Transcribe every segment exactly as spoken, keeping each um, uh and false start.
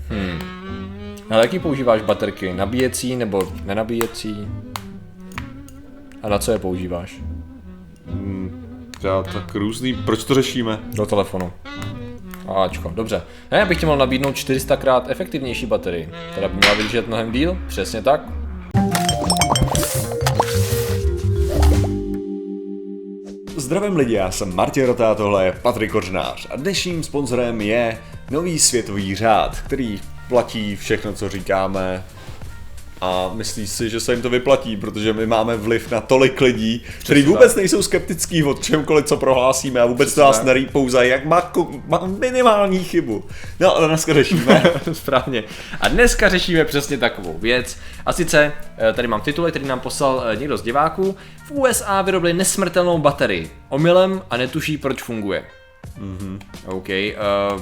Hmm. Ale jaký používáš baterky? Nabíjecí nebo nenabíjecí? A na co je používáš? Hmm, já tak různý, proč to řešíme? Do telefonu. Ačko, dobře. Ne, já bych ti mohl nabídnout čtyři sta krát efektivnější baterii. Teda by měla vydržet mnohem díl, přesně tak. Zdravím lidi, já jsem Martin Rota, tohle je Patrik Kořenář a dnešním sponzorem je nový světový řád, který platí všechno, co říkáme a myslí si, že se jim to vyplatí, protože my máme vliv na tolik lidí, kteří vůbec nejsou skeptický od čemkoliv, co prohlásíme a vůbec to nás nerýpouzají, jak má, má minimální chybu. No ale dneska řešíme. Správně. A dneska řešíme přesně takovou věc. A sice, tady mám titulek, který nám poslal někdo z diváků. V U S A vyrobili nesmrtelnou baterii. Omylem a netuší, proč funguje. Mm-hmm. OK. Uh,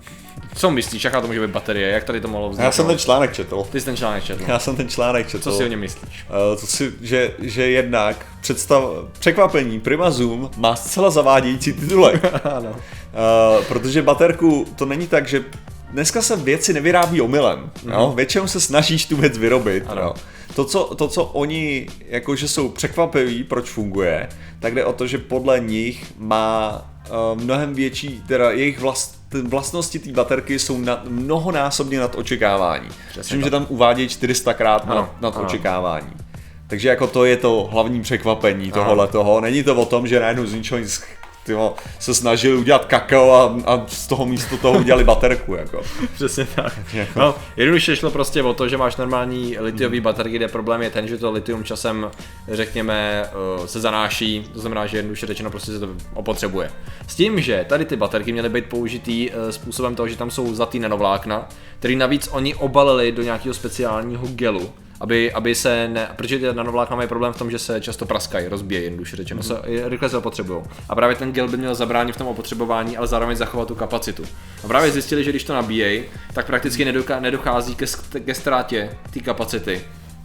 co myslíš, jaká to může být baterie? Jak tady to mohlo vzniknout? Já jsem ten článek četl. Ty jsi ten článek četl. Já jsem ten článek četl. Co si o něm myslíš? Uh, to si, že, že jednak představ, překvapení Prima Zoom má zcela zavádějící titulek. Ano. Uh, protože baterku, to není tak, že dneska se věci nevyrábí omylem. Mm-hmm. Jo? Většinou se snažíš tu věc vyrobit. Jo? To, co, to, co oni jakože jsou překvapiví, proč funguje, tak jde o to, že podle nich má uh, mnohem větší, teda jejich vlast, vlastnosti té baterky jsou na, mnohonásobně nad očekávání. Myslím, že tam uvádějí čtyři sta krát nad, nad očekávání. Takže jako to je to hlavní překvapení tohohle toho. Není to o tom, že najednou z ničeho nic tyho, se snažili udělat kakao a, a z toho místo toho udělali baterku. Jako. Přesně tak. Jako. No, jednoduše šlo prostě o to, že máš normální litiový hmm. baterky, kde problém je ten, že to litium časem, řekněme, se zanáší, to znamená, že jednoduše řečeno prostě se to opotřebuje. S tím, že tady ty baterky měly být použitý způsobem toho, že tam jsou zlatý nanovlákna, který navíc oni obalili do nějakého speciálního gelu, Aby, aby se ne, protože ty nanovlákna mají problém v tom, že se často praskají, rozbíjejí, jednoduše řečeno, se, rychle se opotřebují. A právě ten gel by měl zabránit v tom opotřebování, ale zároveň zachovat tu kapacitu. A právě zjistili, že když to nabíjejí, tak prakticky nedoká, nedochází ke, ke ztrátě té kapacity.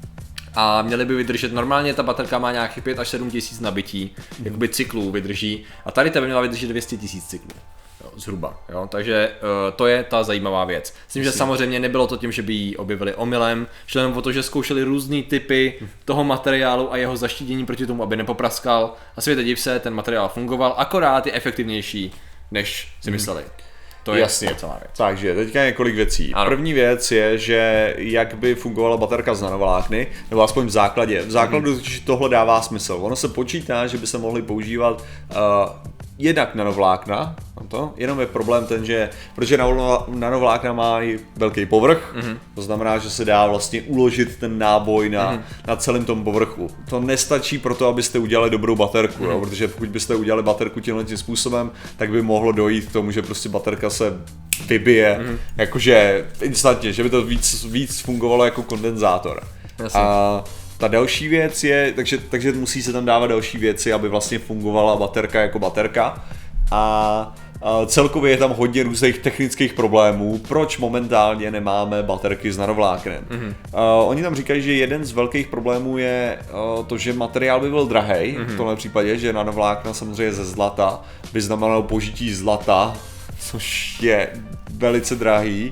A měli by vydržet, normálně ta baterka má nějakých pět až sedm tisíc nabití, mm. jakoby cyklů vydrží, a tady ta by měla vydržet dvě stě tisíc cyklů. Jo, zhruba, jo, takže uh, to je ta zajímavá věc. Myslím, že samozřejmě nebylo to tím, že by ji objevili omylem, šlo jenom o to, že zkoušeli různý typy toho materiálu a jeho zaštítění proti tomu, aby nepopraskal, a světe div se, ten materiál fungoval, akorát je efektivnější, než si mysleli. To je jasně celá věc. Takže teďka několik věcí. Ano. První věc je, že jak by fungovala baterka z nanovlákny, nebo aspoň v základě. V základu hmm. tohle dává smysl. Ono se počítá, že by se mohly používat uh, jednak nanovlákna, to, jenom je problém ten, že protože nanovlákna mají velký povrch, mm-hmm. to znamená, že se dá vlastně uložit ten náboj na, mm-hmm. na celém tom povrchu. To nestačí pro to, abyste udělali dobrou baterku, mm-hmm. jo, protože pokud byste udělali baterku tímhle způsobem, tak by mohlo dojít k tomu, že prostě baterka se vybije, mm-hmm. jakože instantně, že by to víc, víc fungovalo jako kondenzátor. Jasně. A ta další věc je, takže, takže musí se tam dávat další věci, aby vlastně fungovala baterka jako baterka. A, a celkově je tam hodně různých technických problémů, proč momentálně nemáme baterky s nanovláknem. Mm-hmm. Uh, oni tam říkají, že jeden z velkých problémů je uh, to, že materiál by byl drahej, mm-hmm. v tomhle případě, že nanovlákna samozřejmě ze zlata by znamenalo použití zlata, což je velice drahý.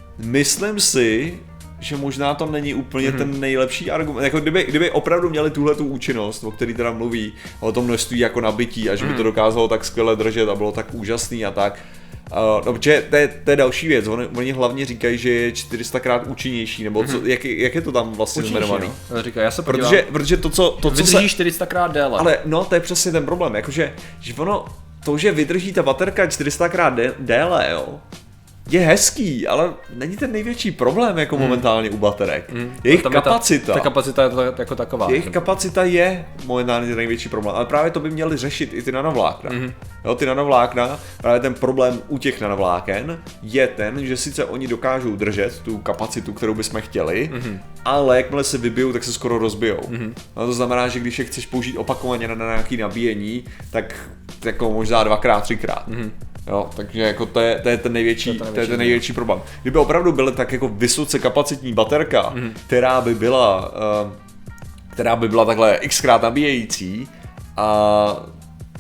Myslím si, že možná to není úplně mm-hmm. ten nejlepší argument. Jako kdyby, kdyby opravdu měli tuhletu účinnost, o který teda mluví, o tom množství jako nabití a že by to dokázalo tak skvěle držet a bylo tak úžasný a tak. Uh, no, protože to je, to je další věc, oni, oni hlavně říkají, že je čtyři sta krát účinnější, nebo co, jak, jak je to tam vlastně numerovaný? No. Říká, já se podívám. Protože, protože to, co, to, co vydrží se... čtyři sta krát déle. Ale no, to je přesně ten problém, jakože, že ono, to, že vydrží ta baterka čtyři sta krát déle, jo, je hezký, ale není ten největší problém jako mm. momentálně u baterek. Mm. Jejich kapacita. Ta, ta kapacita je to jako taková. Jejich kapacita je momentálně ten největší problém, ale právě to by měli řešit i ty nanovlákna. Mm. Jo, ty nanovlákna, právě ten problém u těch nanovláken je ten, že sice oni dokážou držet tu kapacitu, kterou bychom chtěli, mm. ale jakmile se vybijou, tak se skoro rozbijou. Mm. No, to znamená, že když je chceš použít opakovaně na, na nějaký nabíjení, tak jako možná dvakrát, třikrát. Mm. Jo, takže jako to je, to je ten největší, to je, to je ten největší problém. Kdyby opravdu byla tak jako vysoce kapacitní baterka, mm. která by byla, uh, která by byla takhle xkrát nabíjející a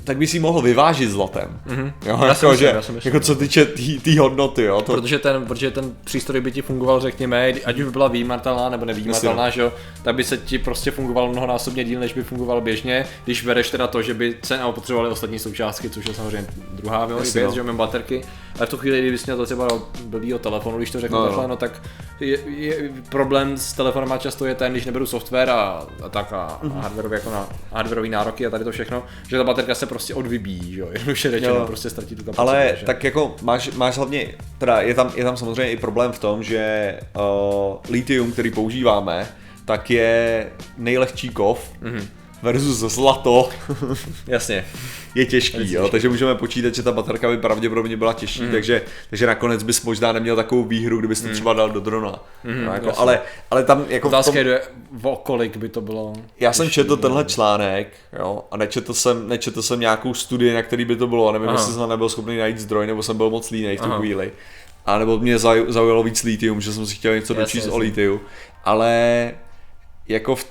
tak by si mohl vyvážit zlatem. Mhm. Jo, Já si jako, myslím, že, já si myslím, jako co týče té hodnoty, jo. To... Protože ten, protože ten přístroj by ti fungoval, řekněme, ať už by byla výjimatelná nebo nevýjimatelná, že jo, tak by se ti prostě fungoval mnohonásobně díl, než by fungoval běžně, když bereš teda to, že by se neopotřebovaly ostatní součástky, což je samozřejmě druhá věc, no. že jo, mám baterky. Ale v tu chvíli, kdyby měl to třeba blbýho telefonu, když to řeknu no, takhle, no. no tak je, je, problém s telefonem často je ten, když neberu software a, a tak a, Mhm. a hardwareové jako na hardwareové nároky a tady to všechno, že ta baterka se prostě odvybíjí, že jo, jednoduše řečeno, prostě ztratí tu kapacitu. Ale že? tak jako máš, máš hlavně, teda je tam, je tam samozřejmě i problém v tom, že uh, lithium, který používáme, tak je nejlehčí kov mm-hmm. versus zlato. Jasně. Je těžký, jo, takže můžeme počítat, že ta baterka by pravděpodobně byla těžší, mm. takže, takže nakonec bys možná neměl takovou výhru, kdybys to mm. třeba dal do drona. Mm, no, jako, ale, ale tam jako otázka tom, je, o kolik by to bylo. Já jsem četl tenhle článek, jo, a nečetl jsem, nečetl jsem nějakou studii, na který by to bylo, nevím, Aha. jestli jsem nebyl schopný najít zdroj, nebo jsem byl moc línej v tu Aha. chvíli. A nebo mě zaujalo víc lithium, že jsem si chtěl něco dočíst jasně, o litiu, ale jako v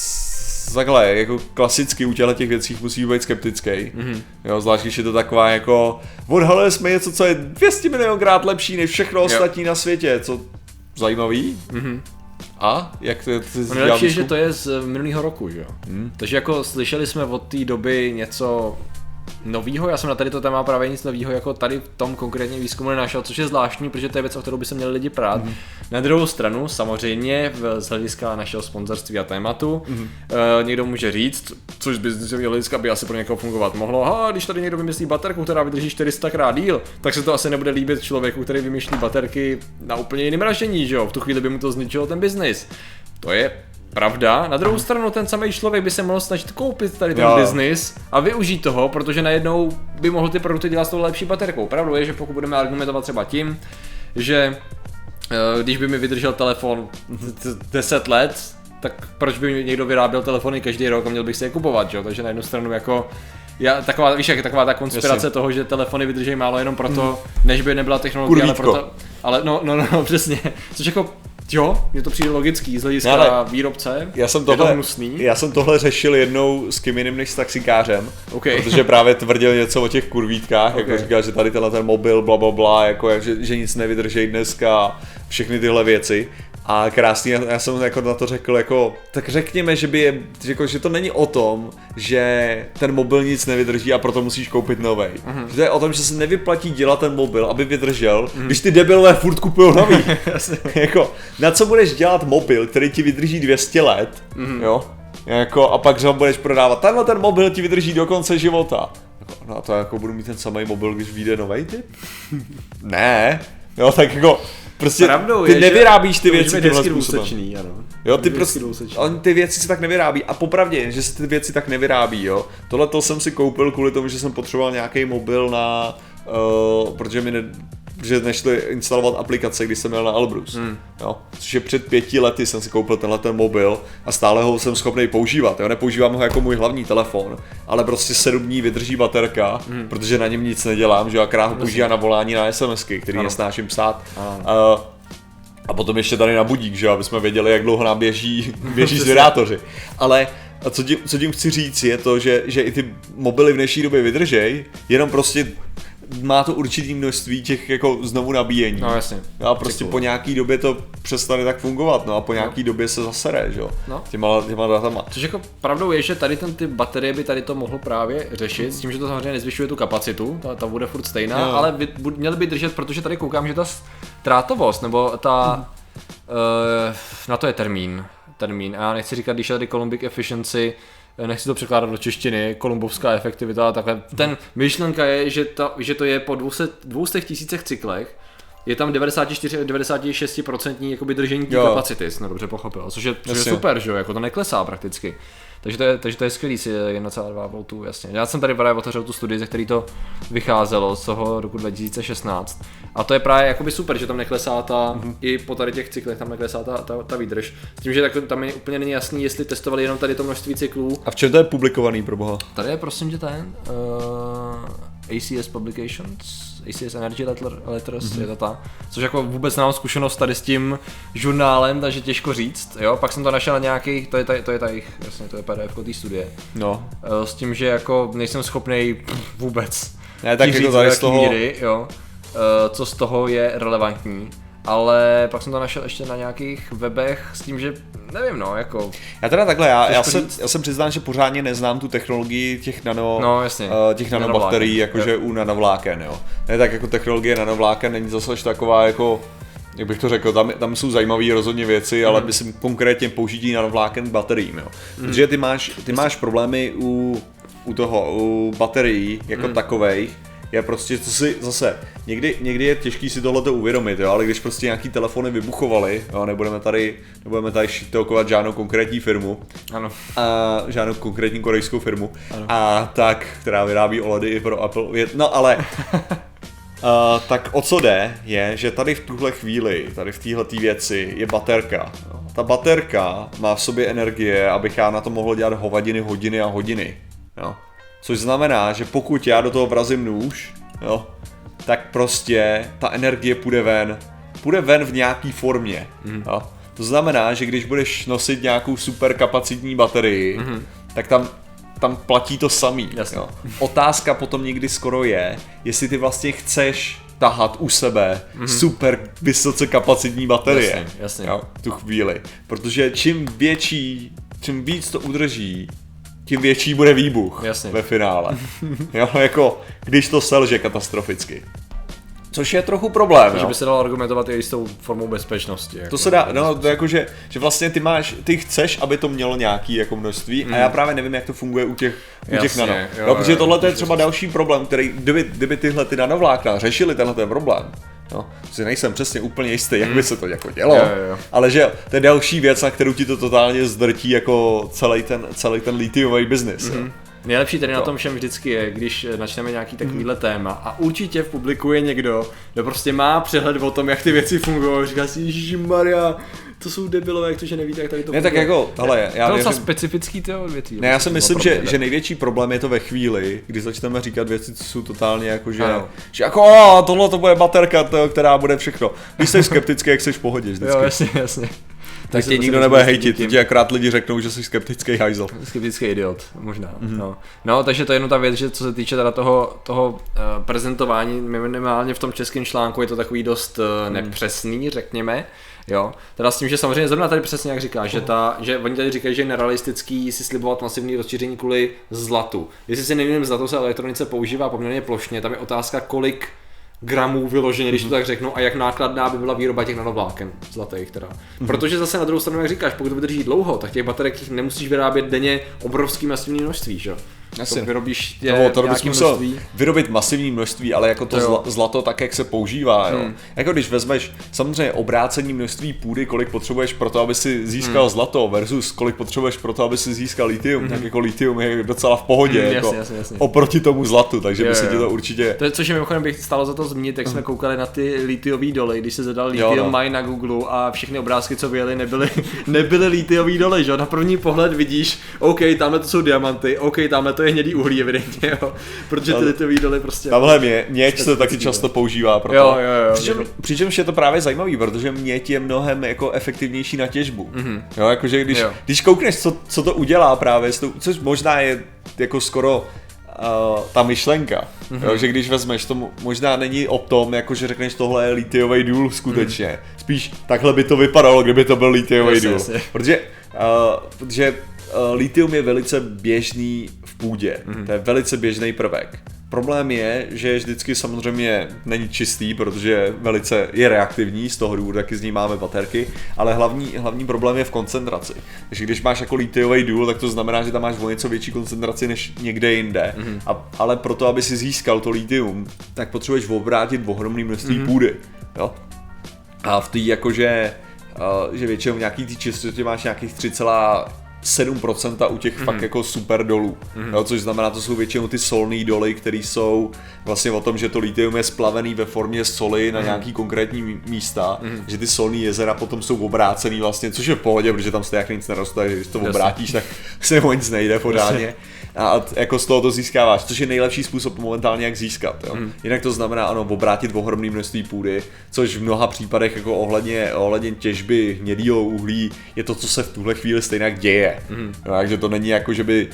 takhle, jako klasicky u těchto těch věcí musí být skeptický. Mm-hmm. Jo, zvlášť když je to taková jako odhalili jsme něco, co je dvě stě milionkrát lepší než všechno ostatní na světě, co zajímavý. Mm-hmm. A? Jak to je? No nejlepší je, že to je z minulého roku, že jo. Hmm. Takže jako slyšeli jsme od té doby něco novýho, já jsem na tady to téma právě nic novýho jako tady v tom konkrétně výzkumu nenašel, což je zvláštní, protože to je věc, o kterou by se měli lidi prát. Mm. Na druhou stranu, samozřejmě, z hlediska našeho sponzorství a tématu, mm. e, někdo může říct, což z biznisového hlediska by asi pro někoho fungovat mohlo, ha, když tady někdo vymyslí baterku, která vydrží čtyři sta krát díl, tak se to asi nebude líbit člověku, který vymýšlí baterky na úplně jiném ražení, že jo, v tu chvíli by mu to zničilo ten biznis. To je pravda, na druhou stranu ten samý člověk by se mohl snažit koupit tady ten biznis a využít toho, protože najednou by mohl ty produkty dělat s tou lepší baterkou. Pravdou je, že pokud budeme argumentovat třeba tím, že když by mi vydržel telefon deset let, tak proč by někdo vyráběl telefony každý rok a měl bych si je kupovat, že? Takže na jednu stranu jako já, taková, víš, jak je taková ta konspirace Jasně. toho, že telefony vydrží málo jenom proto, hmm. než by nebyla technologie, ale proto, ale no, no, no, no, přesně, což jako jo, mě to přijde logický z hlediska no, výrobce, já jsem tohle, je to hnusný. Já jsem tohle řešil jednou s kým jiným než s taxikářem, okay. protože právě tvrdil něco o těch kurvítkách, okay. jako říkal, že tady tenhle ten mobil, bla, bla, bla, jako, že, že nic nevydrží dneska, všechny tyhle věci. A krásně, já jsem jako na to řekl, jako, tak řekněme, že, by je, jako, že to není o tom, že ten mobil nic nevydrží a proto musíš koupit novej. Mm-hmm. Že to je o tom, že se nevyplatí dělat ten mobil, aby vydržel, mm-hmm. když ty debilové furt kupujou nový. Jako, na co budeš dělat mobil, který ti vydrží dvě stě let, mm-hmm. jo? Jako, a pak ho budeš prodávat, tenhle ten mobil ti vydrží do konce života. Jako, no a to jako budu mít ten samý mobil, když vyjde novej typ? Ne, jo, tak jako... Prostě Pravdou ty je, nevyrábíš ty věci tímhle způsobem. Dvousečný, ano. Jo, ty prostě, on ty věci se tak nevyrábí a popravdě, že se ty věci tak nevyrábí, jo. Tohle to jsem si koupil kvůli tomu, že jsem potřeboval nějaký mobil na, uh, protože mi ne, že nešli instalovat aplikace, když jsem měl na Elbrus, hmm. jo. Což je před pěti lety jsem si koupil tenhle ten mobil a stále ho jsem schopný používat, jo. Nepoužívám ho jako můj hlavní telefon, ale prostě sedm dní vydrží baterka, hmm. protože na něm nic nedělám, že akorát ho používám na volání na SMSky, který ano. nesnáším psát. Uh, a potom ještě tady na budík, že aby jsme věděli, jak dlouho nám běží, běží zvědátoři. Ale co tím, co tím chci říct je to, že, že i ty mobily v dnešní době vydržej, jenom prostě má to určitý množství těch jako znovu nabíjení. No jasně. A prostě Cyklu. Po nějaký době to přestane tak fungovat, no a po nějaký no. době se zasere, že jo, no. těma, těma datama. Což jako pravdou je, že tady ten typ baterie by tady to mohlo právě řešit, s tím, že to samozřejmě nezvyšuje tu kapacitu, ta, ta bude furt stejná, no. ale by, by, měli by držet, protože tady koukám, že ta ztrátovost, nebo ta, hmm. uh, na to je termín, termín, a já nechci říkat, když je tady Coulombic efficiency, nechci to překládat do češtiny, kolumbovská efektivita a takhle. Ten myšlenka je, že, ta, že to je po dvou stech tisících cyklech, je tam devadesát čtyři až devadesát šest procent jakoby držení té kapacity, jsem dobře pochopil, což je, což je super, že jo, jako to neklesá prakticky. Takže to je, takže to je skvělý si jedna celá dva voltů, jasně. Já jsem tady právě otevřel tu studii, ze který to vycházelo z toho roku dva tisíce šestnáct. A to je právě jakoby super, že tam neklesá ta, mm-hmm. i po tady těch cyklech tam neklesá ta, ta, ta výdrž. S tím, že tak, tam je úplně není jasný, jestli testovali jenom tady to množství cyklů. A v čem to je publikovaný, pro boha? Tady je prosím tě ten, uh, A C S Publications, A C S Energy Letter, Letters, mm-hmm. je to ta, což jako vůbec nemám zkušenost tady s tím žurnálem, takže těžko říct, jo, pak jsem to našel na nějakých, to je ta, to je ta jich, jasně, to je P D F té studie, no. S tím, že jako nejsem schopnej vůbec ne, tak jako tady z toho... míry, jo, co z toho je relevantní. Ale pak jsem to našel ještě na nějakých webech s tím, že nevím, no, jako... Já teda takhle, já, já, jsem, já jsem přiznán, že pořádně neznám tu technologii těch nano, no, jasně. uh, těch nanobakterií, jakože u nanovláken, jo. Ne, tak jako technologie nanovláken není zase taková jako, jak bych to řekl, tam, tam jsou zajímavé rozhodně věci, mm. ale myslím konkrétně použití nanovláken k bateriím, jo. Mm. Protože ty máš, ty máš problémy u, u toho, u baterií jako mm. takovejch, je prostě, co si zase, někdy, někdy je těžký si tohleto uvědomit, jo, ale když prostě nějaký telefony vybuchovaly, jo, nebudeme tady, nebudeme tady šitokovat žádnou konkrétní firmu, ano. A žádnou konkrétní korejskou firmu, ano. A tak, která vyrábí O L E D i pro Apple, no ale, a, tak o co jde, je, že tady v tuhle chvíli, tady v téhletý věci je baterka, jo. Ta baterka má v sobě energie, abych já na to mohl dělat hovadiny, hodiny a hodiny, jo. Což znamená, že pokud já do toho vrazím nůž, jo, tak prostě ta energie půjde ven. Půjde ven v nějaký formě. Mm. Jo. To znamená, že když budeš nosit nějakou super kapacitní baterii, mm. tak tam, tam platí to samý. Jo. Otázka potom někdy skoro je, jestli ty vlastně chceš tahat u sebe mm. super vysoce kapacitní baterie. Jasně, jasně. Jo, v tu chvíli. Protože čím větší, čím víc to udrží, tím větší bude výbuch. Jasně. Ve finále. Jo, jako, když to selže katastroficky. Což je trochu problém, že jo. by se dalo argumentovat i jistou formou bezpečnosti. Jako to se dá, no, to jako, že, že vlastně ty máš, ty chceš, aby to mělo nějaký jako množství, mm. a já právě nevím, jak to funguje u těch, u těch nano. Jo, no, protože tohle je třeba další problém, který, kdyby, kdyby tyhle ty nanovlákna řešili tenhle ten problém, no, si nejsem přesně úplně jistý, jak by se to jako dělo, jo, jo, jo. ale že to je další věc, na kterou ti to totálně zdrtí jako celý ten, celý ten litiový biznis. Mm-hmm. Nejlepší tady to. Na tom všem vždycky je, když načneme nějaký takovýhle mm. téma a určitě v publiku je někdo, kdo prostě má přehled o tom, jak ty věci fungují, říká si, ježišmarja, to jsou debilové, jak to, že nevíte, jak tady to ne, funguje. tak jako, hele, já to je věřím... specifický ty odvětví. Ne, já si myslím, že, že největší problém je to ve chvíli, kdy začneme říkat věci, co jsou totálně jako, že, že jako, o, tohle to bude baterka, to, která bude všechno. Když jsi skeptický, jak jsi v pohodě vždycky. Jo, jasně, jasně. Tak tě nikdo nebude hejtit, ti akorát lidi řeknou, že jsi skeptický hajzl. Skeptický idiot, možná. Mm-hmm. No. no, takže to je jenom ta věc, že co se týče teda toho, toho uh, prezentování, minimálně v tom českém článku je to takový dost uh, nepřesný, řekněme. Jo, teda s tím, že samozřejmě zrovna tady přesně jak říká, že, ta, že oni tady říkají, že je nerealistický si slibovat masivní rozšíření kvůli zlatu. Jestli si nevím, zlato se elektronice používá poměrně plošně, tam je otázka, kolik gramů vyloženě, když to tak řeknu, a jak nákladná by byla výroba těch nanovláken zlatých teda. Mm-hmm. Protože zase na druhou stranu, jak říkáš, pokud vydrží dlouho, tak těch baterek nemusíš vyrábět denně obrovský masivní množství, že? Jasně. To vyrobíš tě no, to bys musel množství. Vyrobit masivní množství, ale jako to zla, zlato tak, jak se používá, jo. Hmm. Jako když vezmeš samozřejmě obrácení množství půdy, kolik potřebuješ pro to, aby si získal hmm. zlato versus kolik potřebuješ pro to, aby si získal litium, hmm. tak jako litium je docela v pohodě, hmm, jako jasně, jasně, jasně. oproti tomu zlatu, takže jo, by se jo. ti to určitě... To je, což je mimochodem bych stalo za to zmínit, jak jsme koukali na ty litiový doly, když se zadal lithium jo, no. mine na Google a všechny obrázky, co vyjeli, nebyly, nebyly litiový doly, že? Na první pohled vidíš, OK, tamhle to jsou diamanty, OK, tamhle to je hnědý uhlí, evidentně, jo, protože ty litiový doly prostě... Tamhle mě, měď se taky často používá pro to. Jo, jo, jo. Přičem, přičemž je to právě zajímavý, protože měď je mnohem jako efektivnější na těžbu. Mm-hmm. Jo, jakože když, když koukneš, co, co to udělá právě, což možná je jako skoro uh, ta myšlenka, mm-hmm. jo, že když vezmeš, to možná není o tom, jako že řekneš, tohle je litiový důl skutečně. Mm. Spíš takhle by to vypadalo, kdyby to byl litiový důl. Protože, uh, protože uh, litium je velice běžný v půdě, mm-hmm. to je velice běžný prvek. Problém je, že vždycky samozřejmě není čistý, protože velice je reaktivní, z toho důvodu taky z ní máme baterky, ale hlavní, hlavní problém je v koncentraci. Takže když máš jako litiový důl, tak to znamená, že tam máš o něco větší koncentraci než někde jinde, mm-hmm. a, ale proto, aby si získal to litium, tak potřebuješ obrátit ohromné množství mm-hmm. půdy. Jo? A v té jakože, uh, že většinou v nějaký té čistotě máš nějakých tři celá sedm procent u těch mm. fakt jako super dolů, mm. jo, což znamená, to jsou většinou ty solné doly, které jsou vlastně o tom, že to litium je splavený ve formě soli na mm. nějaký konkrétní místa, mm. že ty solné jezera potom jsou obrácený vlastně, což je v pohodě, protože tam stejně nic neroste, takže když to Jasně. obrátíš, tak se o nic nejde pořádně. A jako z toho to získáváš, což je nejlepší způsob momentálně jak získat. Jo. Mm. Jinak to znamená ano, obrátit ohromné množství půdy, což v mnoha případech jako ohledně, ohledně těžby hnědýho uhlí je to, co se v tuhle chvíli stejně děje. Mm. Jo, takže to není jako, že by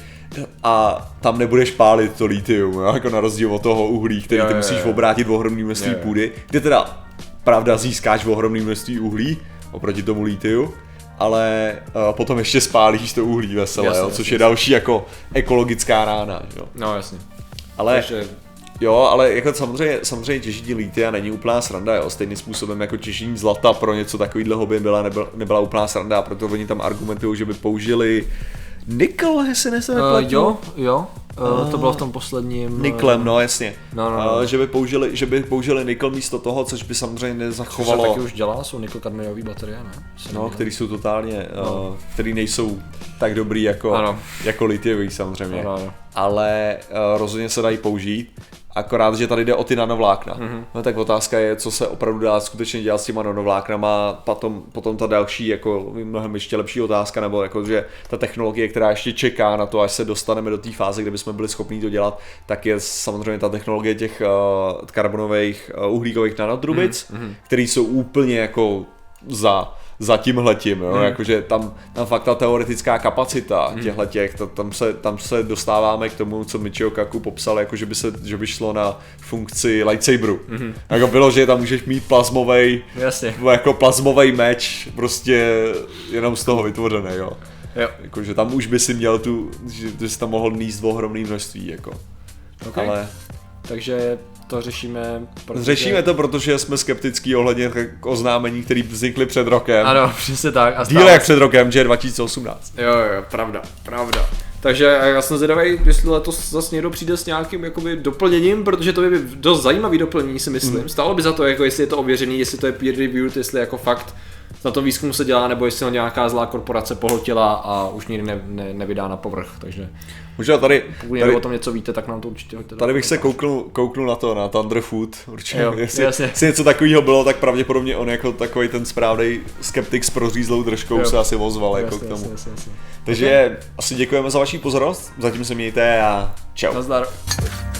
a tam nebudeš pálit to litium, jo, jako na rozdíl od toho uhlí, který jo, ty jo, musíš jo. obrátit ohromné množství jo, jo. půdy, kde teda pravda získáš ohromné množství uhlí oproti tomu litiu, ale uh, potom ještě spálíš to uhlí veselé, jasně, jo, což jasně. je další jako ekologická rána. Jo. No jasně. Ale Takže... jo, ale jako samozřejmě, samozřejmě těžení litia není úplná sranda, jo. Stejným způsobem jako těžení zlata pro něco takovýhleho by byla, nebyla, nebyla úplná sranda, a proto oni tam argumentují, že by použili nikl, jestli ne se nepletu. Uh, jo, jo. Uh, to bylo v tom posledním... Niklem, no jasně. No, no, no. Uh, že by použili, že by použili nikl místo toho, což by samozřejmě nezachovalo... Co se taky už dělá, jsou nikl-kadmiové baterie, ne? Se no, který jsou totálně, no. uh, který nejsou tak dobrý jako, jako litiový samozřejmě. Ano, ano. Ale uh, rozhodně se dají použít. Akorát, že tady jde o ty nanovlákna. Mm-hmm. No tak otázka je, co se opravdu dá skutečně dělat s těma nanovláknama, potom, potom ta další, jako mnohem ještě lepší otázka, nebo jako, že ta technologie, která ještě čeká na to, až se dostaneme do té fáze, kde bychom byli schopni to dělat, tak je samozřejmě ta technologie těch uh, karbonových uh, uhlíkových nanotrubic, mm-hmm. které jsou úplně jako za... za tímhletím, jo, hmm. jakože tam, tam fakt ta teoretická kapacita hmm. těchhletěch, tam se, tam se dostáváme k tomu, co Michio Kaku popsal, jako že by, se, že by šlo na funkci lightsaberu. Hmm. Jako bylo, že tam můžeš mít plazmovej, Jasně. jako plazmovej meč, prostě jenom z toho vytvořený, jo. jo. Jakože tam už by si měl tu, že jsi tam mohl níst ohromné množství, jako. Okay. Ale... Takže to řešíme, protože... Řešíme to, protože jsme skeptický ohledně oznámení, které vznikly před rokem. Ano, přesně tak. A díl jak před rokem, že dva tisíce osmnáct. Jo, jo, pravda, pravda. Takže já jsem zvědavý, jestli letos zase někdo přijde s nějakým jakoby doplněním, protože to by bylo dost zajímavý doplnění, si myslím. Mm. Stálo by za to, jako jestli je to ověřený, jestli to je peer reviewed, jestli jako fakt na tom výzkumu se dělá, nebo jestli ho nějaká zlá korporace pohltila a už nikdy ne, ne, nevydá na povrch, takže možná tady, pokud někdo o tom něco víte, tak nám to určitě hoďte. Tady bych se kouknul, kouknul na to, na Thunderfoot, určitě, jo, jestli, jestli něco takového bylo, tak pravděpodobně on jako takový ten správný skeptik s prořízlou držkou jo. se asi ozval jako jasně, k tomu. Jasně, jasně. Takže okay. asi děkujeme za vaši pozornost, zatím se mějte a čau. Nazdar.